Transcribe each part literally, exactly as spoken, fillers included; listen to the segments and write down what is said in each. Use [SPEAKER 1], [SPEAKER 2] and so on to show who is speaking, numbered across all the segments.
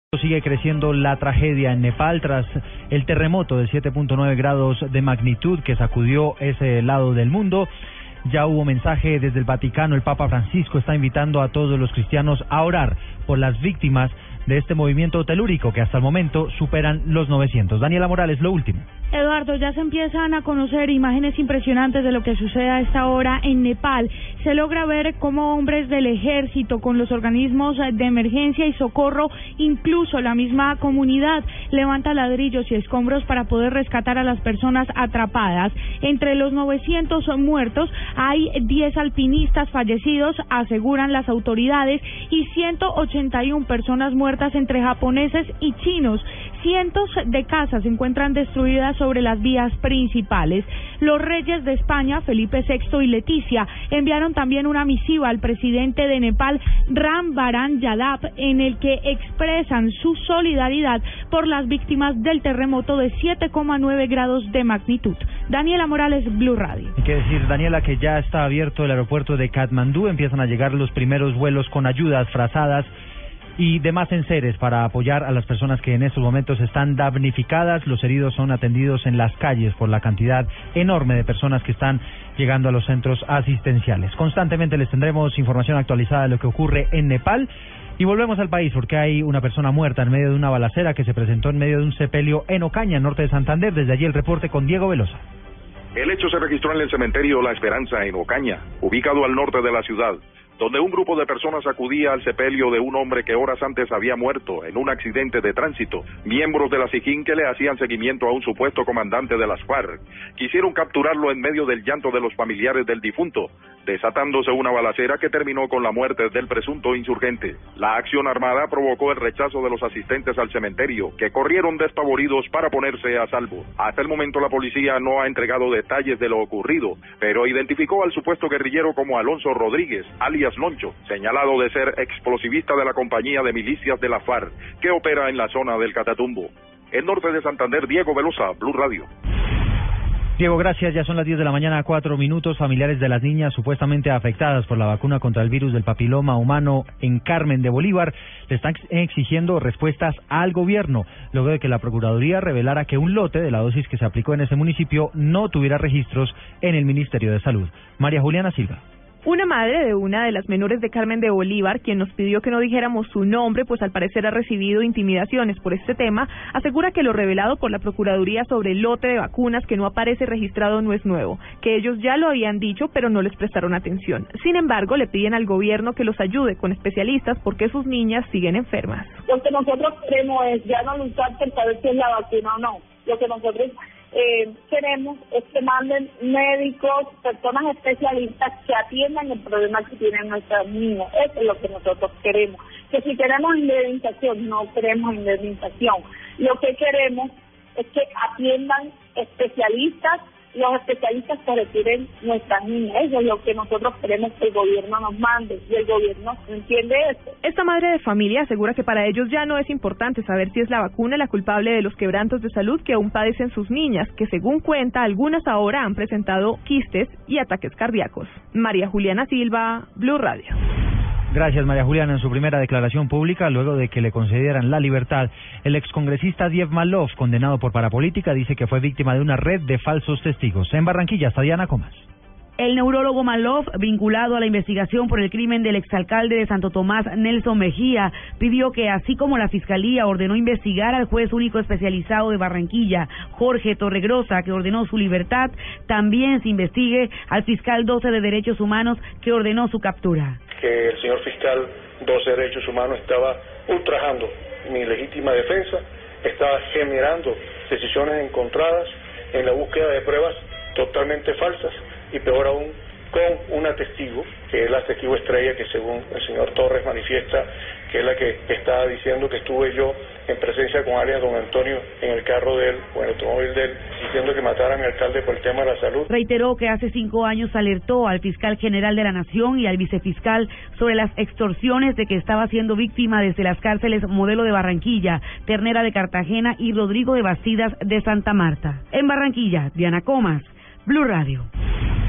[SPEAKER 1] Sigue creciendo la tragedia en Nepal tras el terremoto de siete punto nueve grados de magnitud que sacudió ese lado del mundo. Ya hubo mensaje desde el Vaticano. El Papa Francisco está invitando a todos los cristianos a orar por las víctimas de este movimiento telúrico que hasta el momento superan los novecientos. Daniela Morales, lo último.
[SPEAKER 2] Eduardo, ya se empiezan a conocer imágenes impresionantes de lo que sucede a esta hora en Nepal. Se logra ver cómo hombres del ejército con los organismos de emergencia y socorro, incluso la misma comunidad, levanta ladrillos y escombros para poder rescatar a las personas atrapadas. Entre los novecientos muertos hay diez alpinistas fallecidos, aseguran las autoridades, y ciento ochenta y una personas muertas entre japoneses y chinos. Cientos de casas se encuentran destruidas sobre las vías principales. Los reyes de España, Felipe sexto y Leticia, enviaron también una misiva al presidente de Nepal, Ram Varan Yadav, en el que expresan su solidaridad por las víctimas del terremoto de siete coma nueve grados de magnitud. Daniela Morales, Blue Radio.
[SPEAKER 1] Hay que decir, Daniela, que ya está abierto el aeropuerto de Katmandú. Empiezan a llegar los primeros vuelos con ayudas, frazadas y demás enseres para apoyar a las personas que en estos momentos están damnificadas. Los heridos son atendidos en las calles por la cantidad enorme de personas que están llegando a los centros asistenciales. Constantemente les tendremos información actualizada de lo que ocurre en Nepal. Y volvemos al país porque hay una persona muerta en medio de una balacera que se presentó en medio de un sepelio en Ocaña, norte de Santander. Desde allí el reporte con Diego Velosa.
[SPEAKER 3] El hecho se registró en el cementerio La Esperanza en Ocaña, ubicado al norte de la ciudad, donde un grupo de personas acudía al sepelio de un hombre que horas antes había muerto en un accidente de tránsito. Miembros de la SIJIN, que le hacían seguimiento a un supuesto comandante de las FARC, quisieron capturarlo en medio del llanto de los familiares del difunto, desatándose una balacera que terminó con la muerte del presunto insurgente. La acción armada provocó el rechazo de los asistentes al cementerio, que corrieron despavoridos para ponerse a salvo. Hasta el momento la policía no ha entregado detalles de lo ocurrido, pero identificó al supuesto guerrillero como Alonso Rodríguez, alias Loncho, señalado de ser explosivista de la compañía de milicias de la FARC, que opera en la zona del Catatumbo. El norte de Santander, Diego Velosa, Blue Radio.
[SPEAKER 1] Diego, gracias. Ya son las diez de la mañana, cuatro minutos. Familiares de las niñas supuestamente afectadas por la vacuna contra el virus del papiloma humano en Carmen de Bolívar le están exigiendo respuestas al gobierno, luego de que la Procuraduría revelara que un lote de la dosis que se aplicó en ese municipio no tuviera registros en el Ministerio de Salud. María Juliana Silva.
[SPEAKER 4] Una madre de una de las menores de Carmen de Bolívar, quien nos pidió que no dijéramos su nombre, pues al parecer ha recibido intimidaciones por este tema, asegura que lo revelado por la Procuraduría sobre el lote de vacunas que no aparece registrado no es nuevo, que ellos ya lo habían dicho pero no les prestaron atención. Sin embargo, le piden al gobierno que los ayude con especialistas porque sus niñas siguen enfermas.
[SPEAKER 5] Lo que nosotros queremos es ya no luchar por saber si es la vacuna o no. Lo que nosotros Eh, queremos es que manden médicos, personas especialistas que atiendan el problema que tienen nuestras niñas. Eso es lo que nosotros queremos. Que si queremos indemnización, no queremos indemnización. Lo que queremos es que atiendan especialistas, los especialistas que retiren nuestras niñas. Eso es lo que nosotros queremos que el gobierno nos mande, y el gobierno no entiende eso.
[SPEAKER 4] Esta madre de familia asegura que para ellos ya no es importante saber si es la vacuna la culpable de los quebrantos de salud que aún padecen sus niñas, que según cuenta, algunas ahora han presentado quistes y ataques cardíacos. María Juliana Silva, Blue Radio.
[SPEAKER 1] Gracias, María Juliana. En su primera declaración pública, luego de que le concedieran la libertad, el excongresista Diev Malov, condenado por parapolítica, dice que fue víctima de una red de falsos testigos. En Barranquilla, está Diana Comas.
[SPEAKER 6] El neurólogo Malov, vinculado a la investigación por el crimen del exalcalde de Santo Tomás, Nelson Mejía, pidió que, así como la Fiscalía ordenó investigar al juez único especializado de Barranquilla, Jorge Torregrosa, que ordenó su libertad, también se investigue al fiscal doce de Derechos Humanos, que ordenó su captura.
[SPEAKER 7] Que el señor fiscal doce de Derechos Humanos estaba ultrajando mi legítima defensa, estaba generando decisiones encontradas en la búsqueda de pruebas totalmente falsas, y peor aún, con una testigo, que es la testigo estrella, que según el señor Torres manifiesta, que es la que estaba diciendo que estuve yo en presencia con alias don Antonio en el carro de él, o en el automóvil de él, diciendo que mataran a mi alcalde por el tema de la salud.
[SPEAKER 6] Reiteró que hace cinco años alertó al fiscal general de la Nación y al vicefiscal sobre las extorsiones de que estaba siendo víctima desde las cárceles Modelo de Barranquilla, Ternera de Cartagena y Rodrigo de Bastidas de Santa Marta. En Barranquilla, Diana Comas, Blue Radio.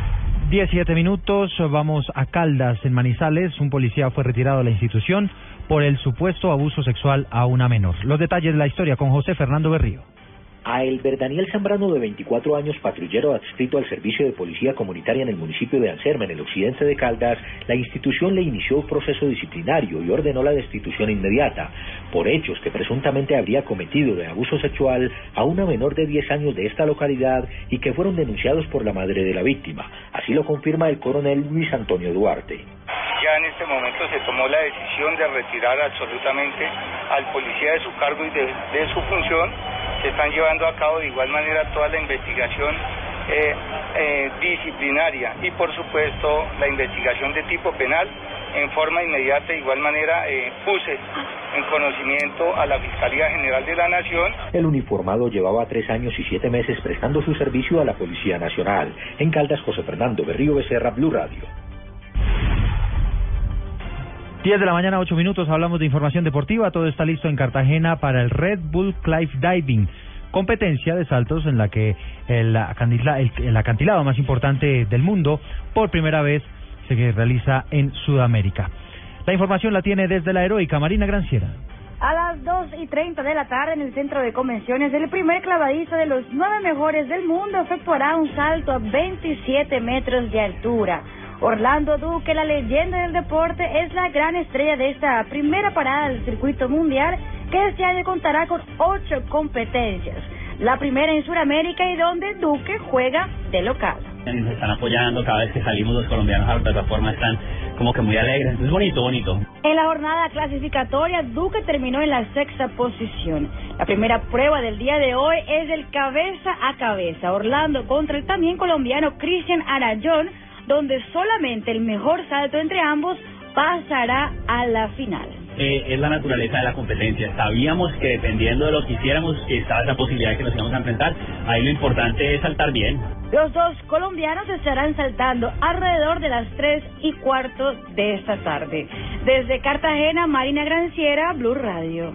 [SPEAKER 1] diecisiete minutos, vamos a Caldas, en Manizales. Un policía fue retirado de la institución por el supuesto abuso sexual a una menor. Los detalles de la historia con José Fernando Berrío.
[SPEAKER 8] A Elber Daniel Zambrano, de veinticuatro años, patrullero adscrito al Servicio de Policía Comunitaria en el municipio de Anserma, en el occidente de Caldas, la institución le inició un proceso disciplinario y ordenó la destitución inmediata por hechos que presuntamente habría cometido de abuso sexual a una menor de diez años de esta localidad y que fueron denunciados por la madre de la víctima. Así lo confirma el coronel Luis Antonio Duarte.
[SPEAKER 9] Ya en este momento se tomó la decisión de retirar absolutamente al policía de su cargo y de, de su función. Se están llevando a cabo de igual manera toda la investigación eh, eh, disciplinaria y por supuesto la investigación de tipo penal en forma inmediata. De igual manera eh, puse en conocimiento a la Fiscalía General de la Nación.
[SPEAKER 8] El uniformado llevaba tres años y siete meses prestando su servicio a la Policía Nacional. En Caldas, José Fernando Berrío Becerra, Blue Radio.
[SPEAKER 1] diez de la mañana, ocho minutos, hablamos de información deportiva. Todo está listo en Cartagena para el Red Bull Cliff Diving, competencia de saltos en la que el, el, el acantilado más importante del mundo por primera vez se realiza en Sudamérica. La información la tiene desde la heroica Marina Granciera.
[SPEAKER 10] A las dos y treinta de la tarde, en el centro de convenciones, el primer clavadista de los nueve mejores del mundo efectuará un salto a veintisiete metros de altura. Orlando Duque, la leyenda del deporte, es la gran estrella de esta primera parada del circuito mundial, que este año contará con ocho competencias. La primera en Sudamérica y donde Duque juega de local.
[SPEAKER 11] Nos están apoyando, cada vez que salimos los colombianos a la plataforma están como que muy alegres. Es bonito, bonito.
[SPEAKER 10] En la jornada clasificatoria, Duque terminó en la sexta posición. La primera prueba del día de hoy es el cabeza a cabeza. Orlando contra el también colombiano Cristian Arayón, donde solamente el mejor salto entre ambos pasará a la final.
[SPEAKER 11] Eh, es la naturaleza de la competencia. Sabíamos que dependiendo de lo que hiciéramos, estaba esa posibilidad de que nos íbamos a enfrentar. Ahí lo importante es saltar bien.
[SPEAKER 10] Los dos colombianos estarán saltando alrededor de las tres y cuarto de esta tarde. Desde Cartagena, Marina Granciera, Blue Radio.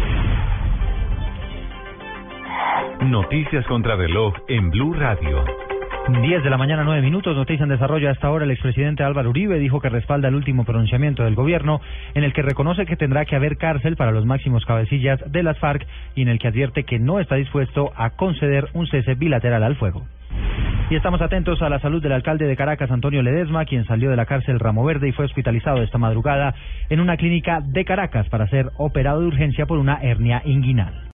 [SPEAKER 12] Noticias contra reloj en Blue Radio.
[SPEAKER 1] diez de la mañana, nueve minutos, noticia en desarrollo. Hasta ahora el expresidente Álvaro Uribe dijo que respalda el último pronunciamiento del gobierno, en el que reconoce que tendrá que haber cárcel para los máximos cabecillas de las FARC y en el que advierte que no está dispuesto a conceder un cese bilateral al fuego. Y estamos atentos a la salud del alcalde de Caracas, Antonio Ledesma, quien salió de la cárcel Ramo Verde y fue hospitalizado esta madrugada en una clínica de Caracas para ser operado de urgencia por una hernia inguinal.